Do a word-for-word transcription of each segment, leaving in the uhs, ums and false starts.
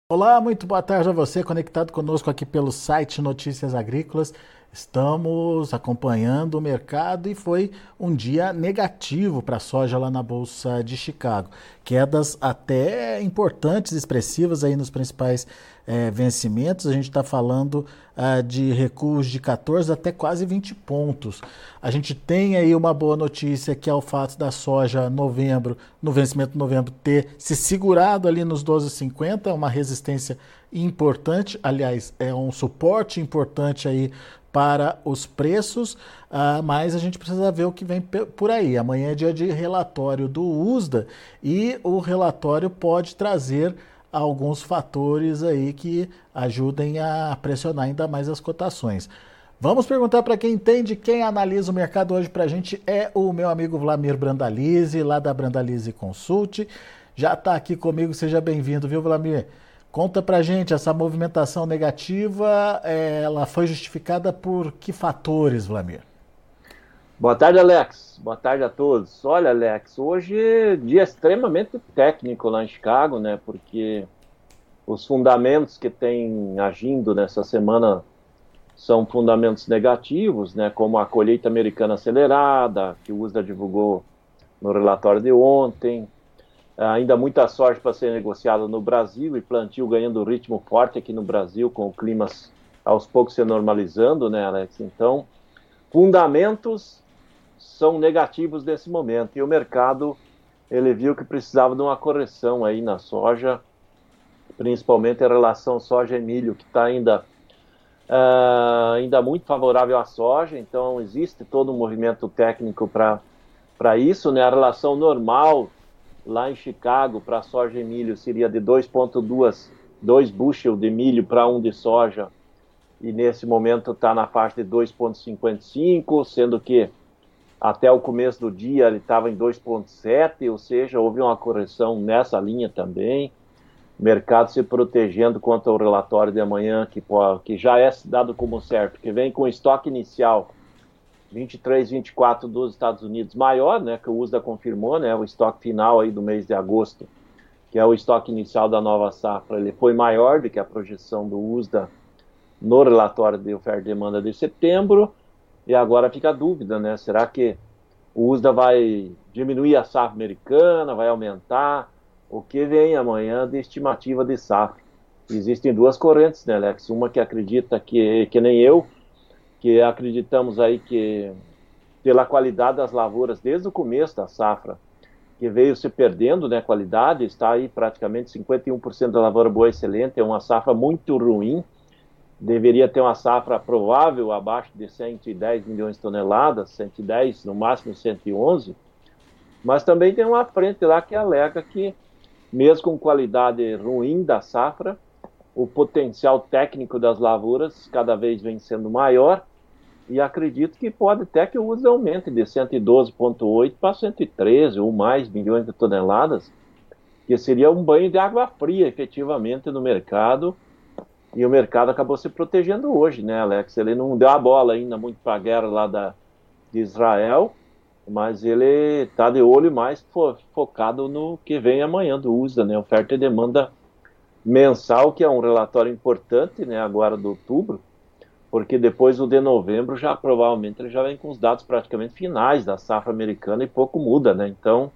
Olá, muito boa tarde a você, conectado conosco aqui pelo site Notícias Agrícolas. Estamos acompanhando o mercado e foi um dia negativo para a soja lá na Bolsa de Chicago. Quedas até importantes, expressivas aí nos principais eh, vencimentos. A gente está falando ah, de recuos de quatorze até quase vinte pontos. A gente tem aí uma boa notícia, que é o fato da soja novembro, no vencimento de novembro, ter se segurado ali nos doze e cinquenta, uma resistência importante, aliás, é um suporte importante aí para os preços, uh, mas a gente precisa ver o que vem por aí. Amanhã é dia de relatório do USDA e o relatório pode trazer alguns fatores aí que ajudem a pressionar ainda mais as cotações. Vamos perguntar para quem entende, quem analisa o mercado hoje para a gente é o meu amigo Vlamir Brandalize, lá da Brandalize Consult. Já está aqui comigo, seja bem-vindo, viu, Vlamir? Conta pra gente, essa movimentação negativa, ela foi justificada por que fatores, Vlamir? Boa tarde, Alex. Boa tarde a todos. Olha, Alex, hoje é dia extremamente técnico lá em Chicago, né? Porque os fundamentos que têm agindo nessa semana são fundamentos negativos, né? Como a colheita americana acelerada, que o USDA divulgou no relatório de ontem. Ainda muita soja para ser negociada no Brasil e plantio ganhando ritmo forte aqui no Brasil, com o clima aos poucos se normalizando, né, Alex? Então, fundamentos são negativos nesse momento e o mercado, ele viu que precisava de uma correção aí na soja, principalmente em relação soja e milho, que está ainda, uh, ainda muito favorável à soja, então existe todo um movimento técnico para isso, né? A relação normal lá em Chicago, para soja e milho, seria de dois vírgula dois bushel de milho para um de soja, e nesse momento está na faixa de dois vírgula cinquenta e cinco, sendo que até o começo do dia ele estava em dois vírgula sete, ou seja, houve uma correção nessa linha também. O mercado se protegendo quanto ao relatório de amanhã, que, que já é dado como certo, que vem com estoque inicial vinte e três, vinte e quatro dos Estados Unidos maior, né, que o USDA confirmou, né, o estoque final aí do mês de agosto, que é o estoque inicial da nova safra, ele foi maior do que a projeção do USDA no relatório de oferta e demanda de setembro, e agora fica a dúvida, né, será que o USDA vai diminuir a safra americana, vai aumentar? O que vem amanhã de estimativa de safra? Existem duas correntes, né, Alex? Uma que acredita que, que nem eu, que acreditamos aí que, pela qualidade das lavouras desde o começo da safra, que veio se perdendo, né, qualidade, está aí praticamente cinquenta e um por cento da lavoura boa excelente, é uma safra muito ruim, deveria ter uma safra provável abaixo de cento e dez milhões de toneladas, cento e dez, no máximo cento e onze, mas também tem uma frente lá que alega que, mesmo com qualidade ruim da safra, o potencial técnico das lavouras cada vez vem sendo maior, e acredito que pode até que o uso aumente de cento e doze vírgula oito para cento e treze ou mais milhões de toneladas, que seria um banho de água fria, efetivamente, no mercado, e o mercado acabou se protegendo hoje, né, Alex? Ele não deu a bola ainda muito para a guerra lá da, de Israel, mas ele está de olho mais fo, focado no que vem amanhã do USDA, né, oferta e demanda mensal, que é um relatório importante, né, agora de outubro, porque depois o de novembro já provavelmente ele já vem com os dados praticamente finais da safra americana e pouco muda, né? Então,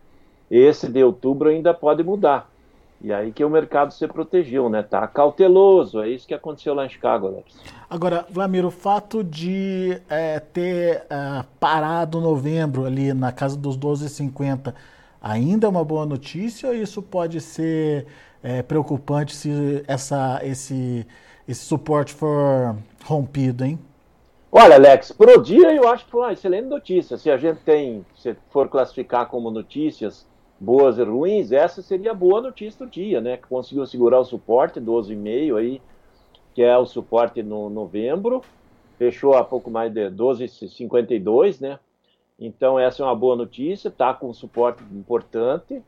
esse de outubro ainda pode mudar. E aí que o mercado se protegeu, né? Tá cauteloso, é isso que aconteceu lá em Chicago, Alex. Agora, Vlamir, o fato de é, ter é, parado novembro ali na casa dos doze e cinquenta ainda é uma boa notícia, ou isso pode ser é, preocupante se essa, esse, esse suporte for rompido, hein? Olha, Alex, pro dia eu acho que foi uma excelente notícia. Se a gente tem, se for classificar como notícias boas e ruins, essa seria a boa notícia do dia, né? Que conseguiu segurar o suporte, doze vírgula cinco aí, que é o suporte no novembro, fechou a pouco mais de doze vírgula cinquenta e dois, né? Então essa é uma boa notícia, tá com um suporte importante,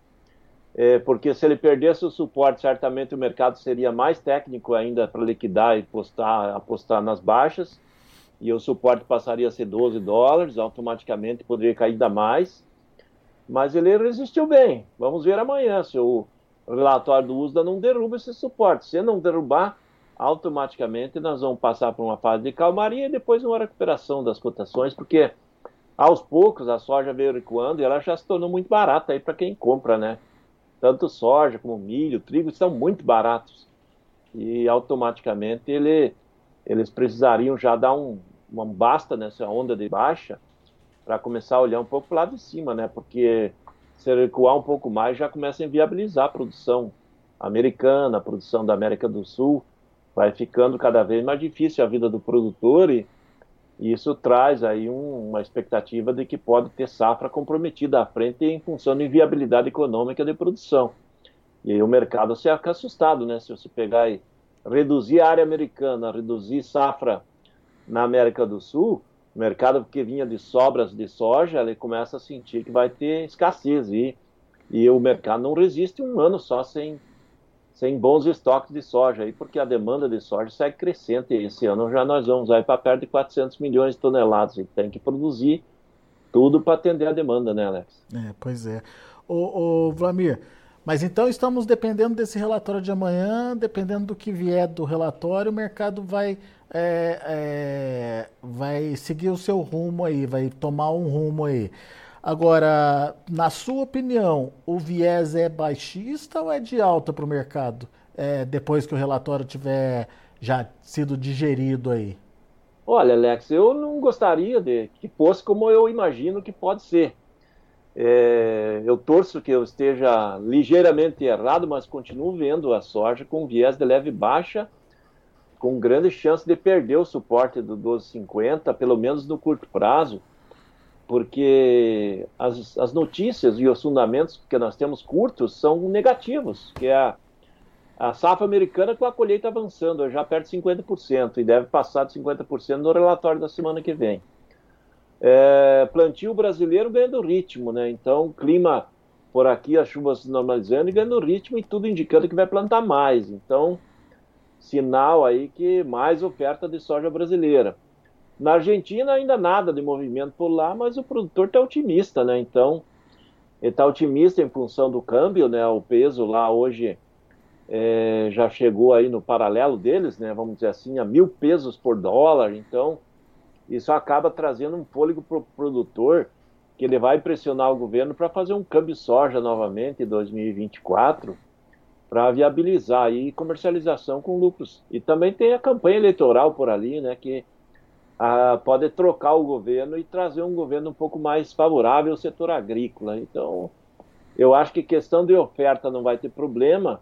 é, porque se ele perdesse o suporte, certamente o mercado seria mais técnico ainda para liquidar e apostar, apostar nas baixas, e o suporte passaria a ser doze dólares, automaticamente poderia cair ainda mais, mas ele resistiu bem. Vamos ver amanhã se o, o relatório do U S D A não derruba esse suporte. Se não derrubar, automaticamente nós vamos passar por uma fase de calmaria e depois uma recuperação das cotações, porque aos poucos a soja veio recuando e ela já se tornou muito barata aí para quem compra, né? Tanto soja como milho, trigo estão muito baratos e automaticamente ele, eles precisariam já dar um, um basta nessa onda de baixa para começar a olhar um pouco para o lado de cima, né? Porque se recuar um pouco mais já começa a inviabilizar a produção americana, a produção da América do Sul, vai ficando cada vez mais difícil a vida do produtor e, e isso traz aí um, uma expectativa de que pode ter safra comprometida à frente em função da inviabilidade econômica de produção. E aí o mercado se fica assustado, né? Se você pegar e reduzir a área americana, reduzir safra na América do Sul, o mercado que vinha de sobras de soja, ele começa a sentir que vai ter escassez e, e o mercado não resiste um ano só sem sem bons estoques de soja, aí, porque a demanda de soja segue crescente. Esse ano já nós vamos aí para perto de quatrocentos milhões de toneladas e tem que produzir tudo para atender a demanda, né, Alex? É, pois é. Ô, ô, Vlamir, mas então estamos dependendo desse relatório de amanhã, dependendo do que vier do relatório, o mercado vai, é, é, vai seguir o seu rumo aí, vai tomar um rumo aí. Agora, na sua opinião, o viés é baixista ou é de alta para o mercado, é, depois que o relatório tiver já sido digerido aí? Olha, Alex, eu não gostaria de que fosse como eu imagino que pode ser. É, eu torço que eu esteja ligeiramente errado, mas continuo vendo a soja com viés de leve baixa, com grande chance de perder o suporte do doze cinquenta, pelo menos no curto prazo, porque as, as notícias e os fundamentos que nós temos curtos são negativos, que é a, a safra americana com a colheita avançando, já perto de cinquenta por cento, e deve passar de cinquenta por cento no relatório da semana que vem. É, plantio brasileiro ganhando ritmo, né? Então, clima por aqui, as chuvas se normalizando e ganhando ritmo e tudo indicando que vai plantar mais. Então, sinal aí que mais oferta de soja brasileira. Na Argentina ainda nada de movimento por lá, mas o produtor está otimista, né? Então, ele está otimista em função do câmbio, né? O peso lá hoje é, já chegou aí no paralelo deles, né? Vamos dizer assim, a mil pesos por dólar. Então, isso acaba trazendo um fôlego para o produtor, que ele vai pressionar o governo para fazer um câmbio soja novamente em dois mil e vinte e quatro, para viabilizar aí comercialização com lucros. E também tem a campanha eleitoral por ali, né? Que ah, pode trocar o governo e trazer um governo um pouco mais favorável ao setor agrícola. Então, eu acho que questão de oferta não vai ter problema,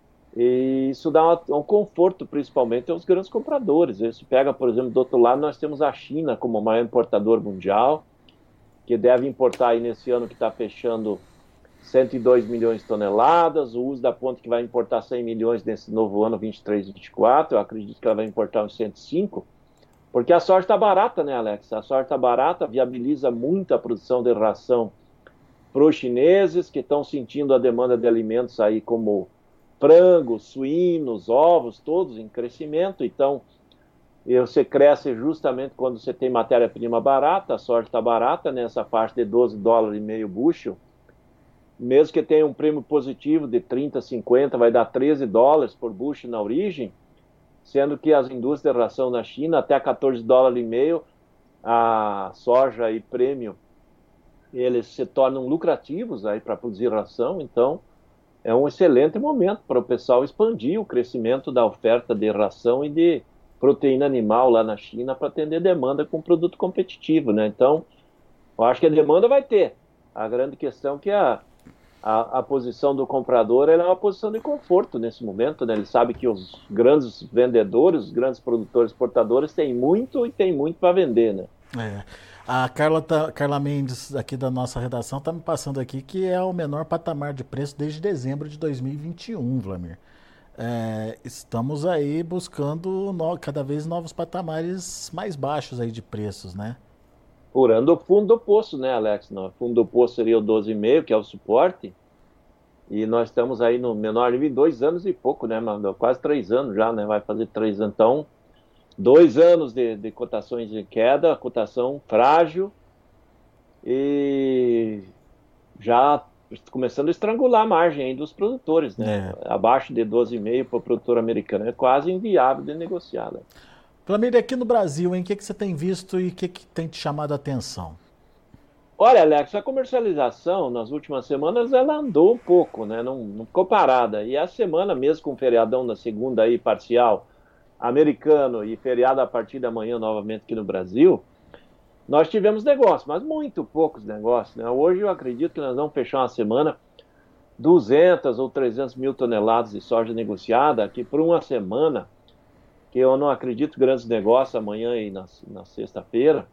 e isso dá uma, um conforto, principalmente aos grandes compradores. Isso pega, por exemplo, do outro lado, nós temos a China como o maior importador mundial, que deve importar aí nesse ano que está fechando cento e dois milhões de toneladas, o uso da ponte que vai importar cem milhões nesse novo ano, vinte e três, vinte e quatro, eu acredito que ela vai importar uns cento e cinco, porque a soja está barata, né, Alex? A soja está barata, viabiliza muito a produção de ração para os chineses, que estão sentindo a demanda de alimentos aí como frangos, suínos, ovos, todos em crescimento. Então, você cresce justamente quando você tem matéria-prima barata, a soja está barata, nessa faixa de doze dólares e meio bushel. Mesmo que tenha um prêmio positivo de trinta, cinquenta, vai dar treze dólares por bushel na origem, sendo que as indústrias de ração na China, até quatorze dólares e meio, a soja e prêmio, eles se tornam lucrativos aí para produzir ração. Então, é um excelente momento para o pessoal expandir o crescimento da oferta de ração e de proteína animal lá na China para atender demanda com produto competitivo, né? Então, eu acho que a demanda vai ter. A grande questão é que a, a, a posição do comprador ela é uma posição de conforto nesse momento, né? Ele sabe que os grandes vendedores, os grandes produtores exportadores têm muito e tem muito para vender, né? É. A Carla, tá, Carla Mendes, aqui da nossa redação, está me passando aqui que é o menor patamar de preço desde dezembro de dois mil e vinte e um, Vlamir. É, estamos aí buscando no, cada vez novos patamares mais baixos aí de preços, né? Furando o fundo do poço, né, Alex? O fundo do poço seria o doze vírgula cinco, que é o suporte, e nós estamos aí no menor nível em dois anos e pouco, né, mano? Quase três anos já, né? Vai fazer três anos. Então, dois anos de, de cotações de queda, cotação frágil, e já começando a estrangular a margem aí dos produtores, né? É. Abaixo de doze vírgula cinco para o produtor americano. É quase inviável de negociar, né? Flamir, aqui no Brasil, em que, que você tem visto e o que, que tem te chamado a atenção? Olha, Alex, a comercialização nas últimas semanas ela andou um pouco, né? Não, não ficou parada. E a semana mesmo com o feriadão na segunda aí parcial americano e feriado a partir da manhã novamente aqui no Brasil, nós tivemos negócios, mas muito poucos negócios, né? Hoje eu acredito que nós vamos fechar uma semana duzentas ou trezentas mil toneladas de soja negociada aqui por uma semana, que eu não acredito grandes negócios amanhã e na, na sexta-feira.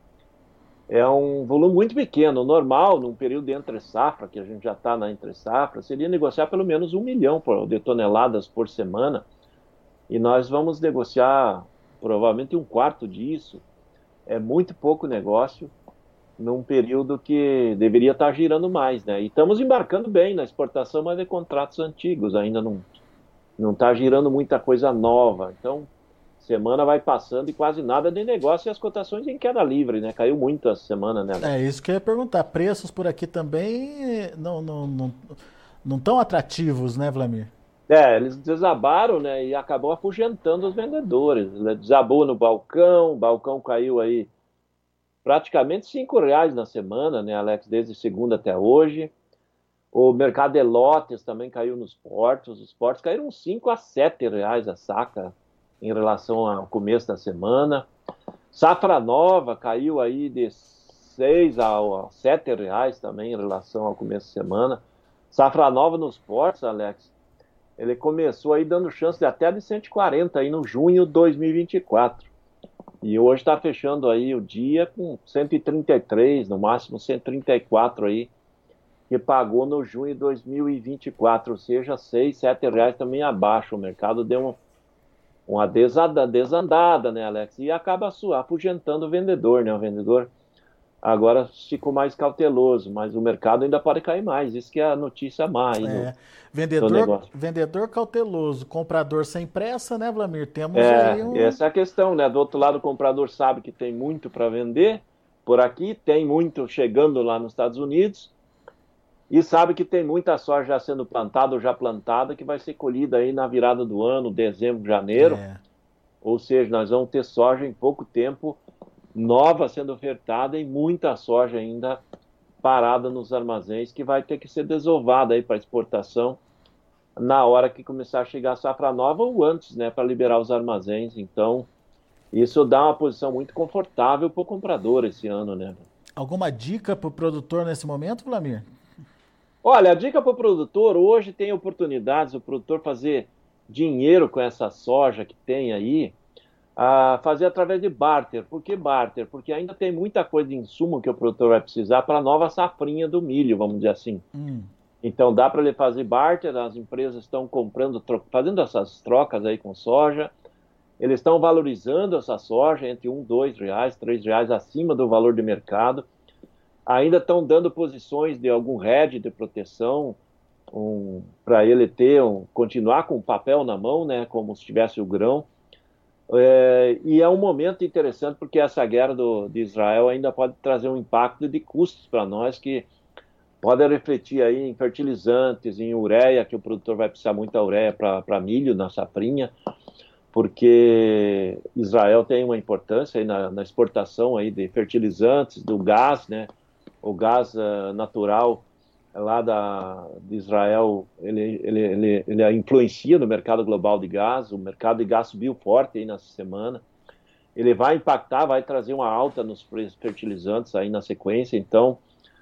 É um volume muito pequeno. Normal, num período de entre-safra, que a gente já está na entre-safra, seria negociar pelo menos um milhão de toneladas por semana. E nós vamos negociar provavelmente um quarto disso. É muito pouco negócio num período que deveria estar girando mais, né? E estamos embarcando bem na exportação, mas é contratos antigos, ainda não não está girando muita coisa nova. Então, semana vai passando e quase nada de negócio e as cotações em queda livre, né? Caiu muito essa semana, né, Alex? É isso que eu ia perguntar. Preços por aqui também eh, não não não, não tão atrativos, né, Vlamir? É, eles desabaram, né? E acabou afugentando os vendedores. Desabou no balcão, o balcão caiu aí praticamente cinco reais na semana, né, Alex? Desde segunda até hoje. O mercado de lotes também caiu nos portos. Os portos caíram cinco a sete reais a saca em relação ao começo da semana. Safra nova caiu aí de seis a sete reais também em relação ao começo da semana. Safra nova nos portos, Alex, ele começou aí dando chance de até de cento e quarenta aí no junho de dois mil e vinte e quatro. E hoje está fechando aí o dia com cento e trinta e três, no máximo cento e trinta e quatro aí, que pagou no junho de dois mil e vinte e quatro, ou seja, seis, sete reais também abaixo. O mercado deu uma, uma desada, desandada, né, Alex? E acaba afugentando o vendedor, né? O vendedor agora ficou mais cauteloso, mas o mercado ainda pode cair mais. Isso que é a notícia má aí no, É. no Vendedor, negócio. vendedor cauteloso, comprador sem pressa, né, Vlamir? Temos aí É, um. essa é a questão, né? Do outro lado, o comprador sabe que tem muito para vender por aqui, tem muito chegando lá nos Estados Unidos, e sabe que tem muita soja já sendo plantada ou já plantada que vai ser colhida aí na virada do ano, dezembro, janeiro. É. Ou seja, nós vamos ter soja em pouco tempo nova sendo ofertada e muita soja ainda parada nos armazéns que vai ter que ser desovada aí para exportação na hora que começar a chegar a safra nova ou antes, né, para liberar os armazéns. Então, isso dá uma posição muito confortável para o comprador esse ano, né? Alguma dica para o produtor nesse momento, Vlamir? Olha, a dica para o produtor, hoje tem oportunidades, o produtor fazer dinheiro com essa soja que tem aí, a fazer através de barter. Por que barter? Porque ainda tem muita coisa de insumo que o produtor vai precisar para a nova safrinha do milho, vamos dizer assim. Hum. Então dá para ele fazer barter, as empresas estão comprando, fazendo essas trocas aí com soja, eles estão valorizando essa soja entre um, dois reais, três reais acima do valor de mercado. Ainda estão dando posições de algum hedge de proteção um, para ele ter um, continuar com o papel na mão, né, como se tivesse o grão. É, e é um momento interessante porque essa guerra do, de Israel ainda pode trazer um impacto de custos para nós que pode refletir aí em fertilizantes, em ureia, que o produtor vai precisar muita ureia para milho na safrinha, porque Israel tem uma importância aí na, na exportação aí de fertilizantes, do gás, né? O gás uh, natural lá da, de Israel, ele, ele, ele, ele influencia no mercado global de gás, o mercado de gás subiu forte aí nessa semana, ele vai impactar, vai trazer uma alta nos preços fertilizantes aí na sequência, então,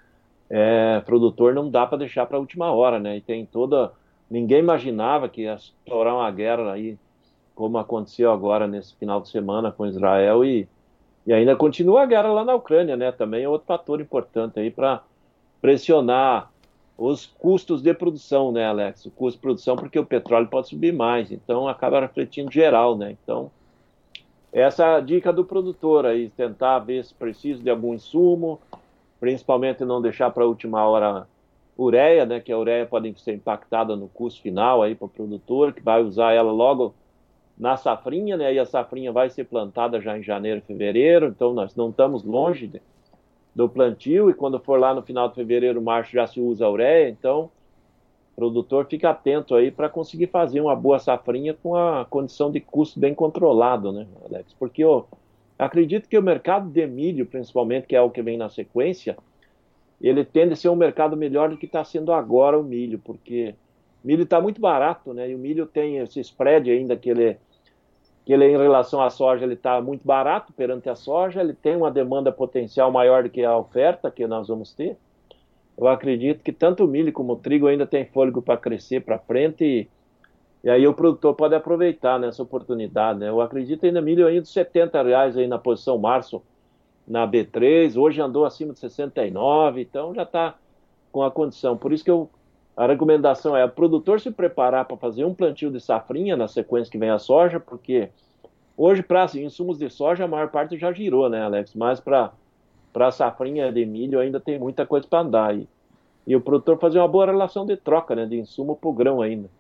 é, produtor não dá para deixar para a última hora, né? E tem toda, ninguém imaginava que ia estourar uma guerra aí, como aconteceu agora nesse final de semana com Israel e E ainda continua a guerra lá na Ucrânia, né? Também é outro fator importante aí para pressionar os custos de produção, né, Alex? O custo de produção, porque o petróleo pode subir mais, então acaba refletindo geral, né? Então, essa é a dica do produtor aí, tentar ver se precisa de algum insumo, principalmente não deixar para a última hora ureia, né? Que a ureia pode ser impactada no custo final aí para o produtor, que vai usar ela logo na safrinha, né? E a safrinha vai ser plantada já em janeiro, fevereiro, então nós não estamos longe de, do plantio, e quando for lá no final de fevereiro, março, já se usa a ureia. Então, o produtor fica atento aí para conseguir fazer uma boa safrinha com a condição de custo bem controlado, né, Alex? Porque eu acredito que o mercado de milho, principalmente, que é o que vem na sequência, ele tende a ser um mercado melhor do que está sendo agora o milho, porque o milho está muito barato, né? E o milho tem esse spread ainda que ele, que ele em relação à soja, ele está muito barato perante a soja, ele tem uma demanda potencial maior do que a oferta que nós vamos ter. Eu acredito que tanto o milho como o trigo ainda tem fôlego para crescer para frente, e, e aí o produtor pode aproveitar nessa oportunidade, né? Eu acredito ainda milho ainda setenta reais aí na posição março, na B três, hoje andou acima de sessenta e nove, então já está com a condição. Por isso que eu, a recomendação é o produtor se preparar para fazer um plantio de safrinha na sequência que vem a soja, porque hoje, para assim, insumos de soja, a maior parte já girou, né, Alex? Mas para a safrinha de milho ainda tem muita coisa para andar. E, e o produtor fazer uma boa relação de troca, né, de insumo para o grão ainda.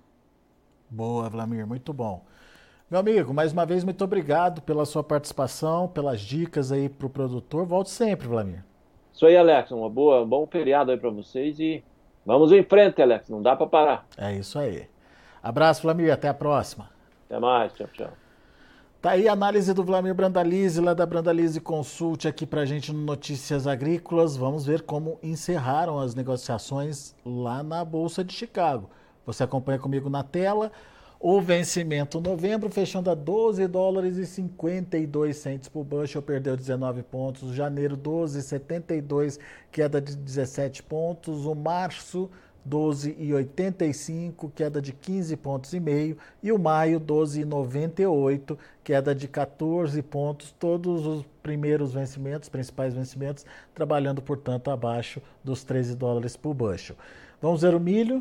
Boa, Vlamir, muito bom. Meu amigo, mais uma vez, muito obrigado pela sua participação, pelas dicas aí para o produtor. Volte sempre, Vlamir. Isso aí, Alex. Uma boa, um bom feriado aí para vocês e vamos em frente, Alex. Não dá para parar. É isso aí. Abraço, Vlamir. Até a próxima. Até mais. Tchau, tchau. Tá aí a análise do Vlamir Brandalize, lá da Brandalize Consult, aqui pra gente no Notícias Agrícolas. Vamos ver como encerraram as negociações lá na Bolsa de Chicago. Você acompanha comigo na tela. O vencimento novembro, fechando a doze dólares e cinquenta e dois centos por bushel, perdeu dezenove pontos. Janeiro, doze e setenta e dois, queda de dezessete pontos. O março, doze e oitenta e cinco, queda de quinze pontos e meio. E o maio, doze e noventa e oito, queda de quatorze pontos. Todos os primeiros vencimentos, principais vencimentos, trabalhando, portanto, abaixo dos treze dólares por bushel. Vamos ver o milho.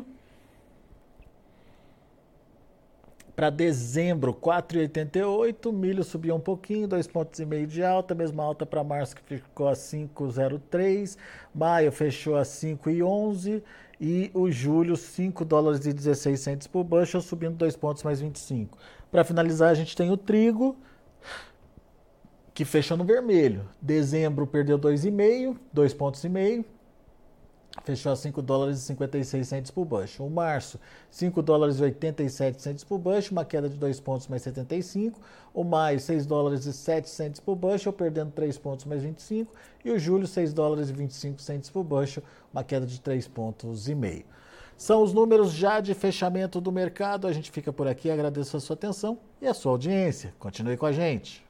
Para dezembro, quatro e oitenta e oito, milho subiu um pouquinho, dois pontos e meio de alta, mesma alta para março que ficou a cinco e zero três, maio fechou a cinco e onze e o julho cinco dólares e dezesseis centos por bushel, subindo dois pontos mais vinte e cinco. Para finalizar, a gente tem o trigo, que fechou no vermelho. Dezembro perdeu dois e meio, dois pontos e meio. Fechou a cinco dólares e cinquenta e seis centos por bushel. O março, cinco dólares e oitenta e sete centos por bushel, uma queda de dois pontos mais setenta e cinco. O maio, seis dólares e sete centos por bushel, perdendo três pontos mais vinte e cinco. E o julho, seis dólares e vinte e cinco centos por bushel, uma queda de três pontos e meio. São os números já de fechamento do mercado. A gente fica por aqui, agradeço a sua atenção e a sua audiência. Continue com a gente.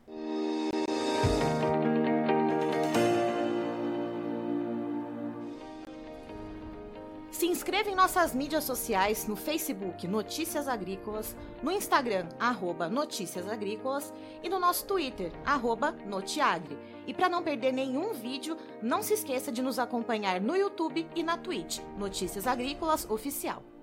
Se inscreva em nossas mídias sociais, no Facebook Notícias Agrícolas, no Instagram, arroba Notícias Agrícolas e no nosso Twitter, arroba Notiagre. E para não perder nenhum vídeo, não se esqueça de nos acompanhar no YouTube e na Twitch, Notícias Agrícolas Oficial.